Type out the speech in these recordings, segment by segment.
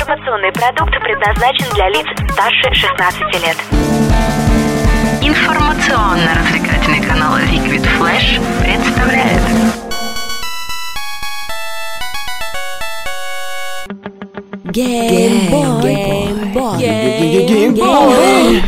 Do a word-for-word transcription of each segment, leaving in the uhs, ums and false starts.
Информационный продукт предназначен для лиц старше шестнадцати лет. Информационно-развлекательный канал Liquid Flash представляет. Геймбой, геймбой, геймбой,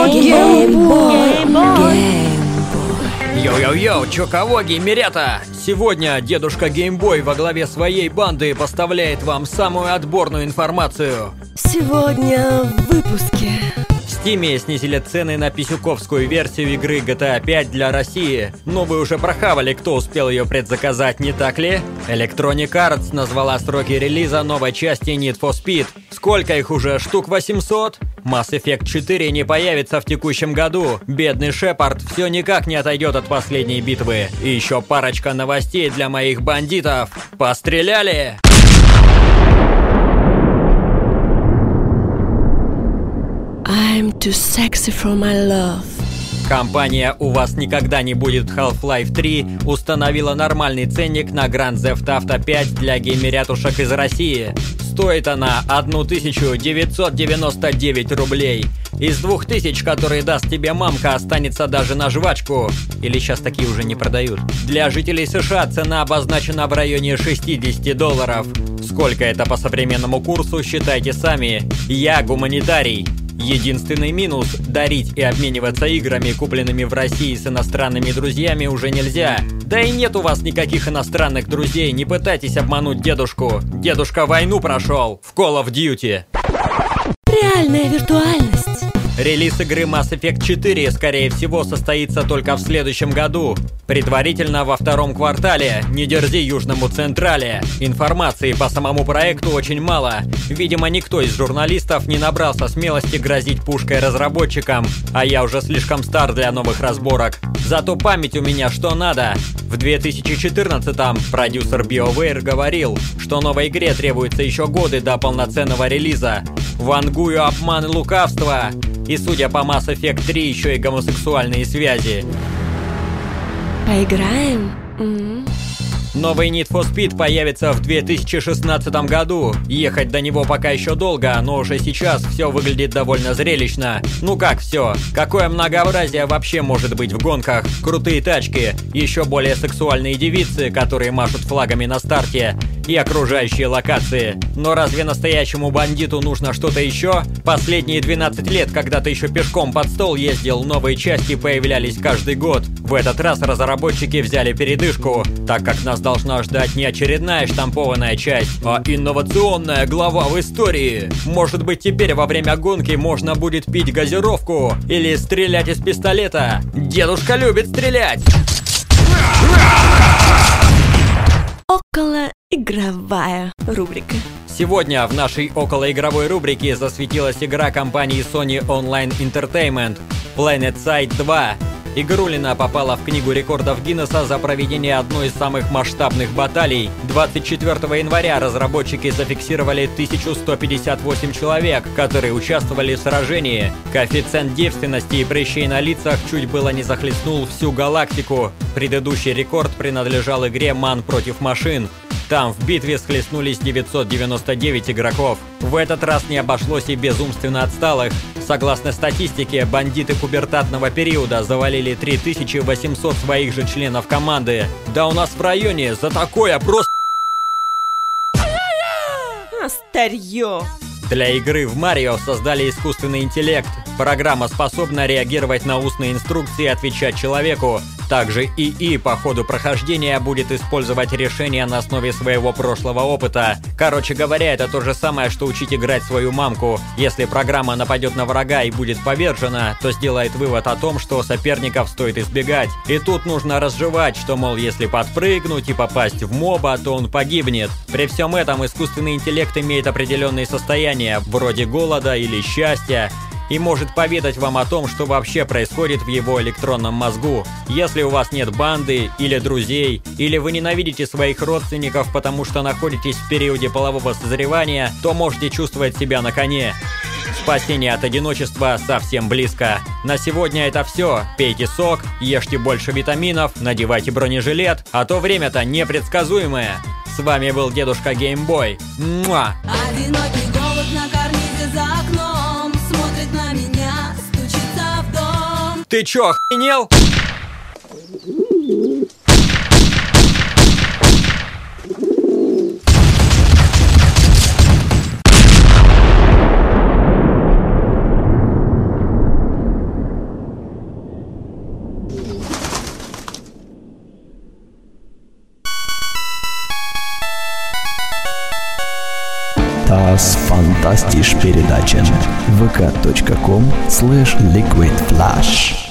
геймбой. Йоу-йоу-йоу, чё кого, геймерята? Сегодня дедушка Геймбой во главе своей банды поставляет вам самую отборную информацию. Сегодня в выпуске. В Steam снизили цены на писюковскую версию игры джи ти эй пять для России. Но вы уже прохавали, кто успел ее предзаказать, не так ли? Electronic Arts назвала сроки релиза новой части Need for Speed. Сколько их уже? Штук восемьсот? Mass Effect четыре не появится в текущем году. Бедный Шепард все никак не отойдет от последней битвы. И еще парочка новостей для моих бандитов. Постреляли! I'm too sexy for my love. Компания «У вас никогда не будет Half-Life три» установила нормальный ценник на Grand Theft Auto пять для геймерятушек из России. Стоит она тысячу девятьсот девяносто девять рублей. Из двух тысяч, которые даст тебе мамка, останется даже на жвачку. Или сейчас такие уже не продают. Для жителей США цена обозначена в районе шестьдесят долларов. Сколько это по современному курсу, считайте сами. Я гуманитарий. Единственный минус – дарить и обмениваться играми, купленными в России с иностранными друзьями, уже нельзя. Да и нет у вас никаких иностранных друзей, не пытайтесь обмануть дедушку. Дедушка войну прошел в Call of Duty. Реальная виртуальность. Релиз игры Mass Effect четыре, скорее всего, состоится только в следующем году. Предварительно во втором квартале. Не дерзи Южному Централе. Информации по самому проекту очень мало. Видимо, никто из журналистов не набрался смелости грозить пушкой разработчикам. А я уже слишком стар для новых разборок. Зато память у меня что надо. В две тысячи четырнадцатом продюсер BioWare говорил, что новой игре требуется еще годы до полноценного релиза. Вангую обман и лукавство. И судя по Mass Effect три, еще и гомосексуальные связи. Поиграем? Mm-hmm. Новый Need for Speed появится в две тысячи шестнадцатом году. Ехать до него пока еще долго, но уже сейчас все выглядит довольно зрелищно. Ну как все? Какое многообразие вообще может быть в гонках? Крутые тачки, еще более сексуальные девицы, которые машут флагами на старте, и окружающие локации. Но разве настоящему бандиту нужно что-то еще? Последние двенадцать лет, когда ты еще пешком под стол ездил, новые части появлялись каждый год. В этот раз разработчики взяли передышку, так как нас должна ждать не очередная штампованная часть, а инновационная глава в истории. Может быть, теперь во время гонки можно будет пить газировку или стрелять из пистолета. Дедушка любит стрелять! Околоигровая рубрика. Сегодня в нашей околоигровой рубрике засветилась игра компании Sony Online Entertainment PlanetSide два. Игрулина попала в книгу рекордов Гиннесса за проведение одной из самых масштабных баталий. двадцать четвёртого января разработчики зафиксировали тысячу сто пятьдесят восемь человек, которые участвовали в сражении. Коэффициент девственности и прыщей на лицах чуть было не захлестнул всю галактику. Предыдущий рекорд принадлежал игре Man против машин. Там в битве схлестнулись девятьсот девяносто девять игроков. В этот раз не обошлось и без умственно отсталых. Согласно статистике, бандиты пубертатного периода завалили три тысячи восемьсот своих же членов команды. Да у нас в районе за такое просто... А, старье! Для игры в Марио создали искусственный интеллект. Программа способна реагировать на устные инструкции и отвечать человеку. Также ИИ по ходу прохождения будет использовать решения на основе своего прошлого опыта. Короче говоря, это то же самое, что учить играть свою мамку. Если программа нападет на врага и будет повержена, то сделает вывод о том, что соперников стоит избегать. И тут нужно разжевать, что, мол, если подпрыгнуть и попасть в моба, то он погибнет. При всем этом искусственный интеллект имеет определенные состояния, вроде голода или счастья, и может поведать вам о том, что вообще происходит в его электронном мозгу. Если у вас нет банды или друзей, или вы ненавидите своих родственников, потому что находитесь в периоде полового созревания, то можете чувствовать себя на коне. Спасение от одиночества совсем близко. На сегодня это все. Пейте сок, ешьте больше витаминов, надевайте бронежилет, а то время-то непредсказуемое. С вами был дедушка Геймбой. Муа! Одинокий голод на Ты чё, охренел? Das fantastisch передача вэ ка точка ком слэш ликвид флаш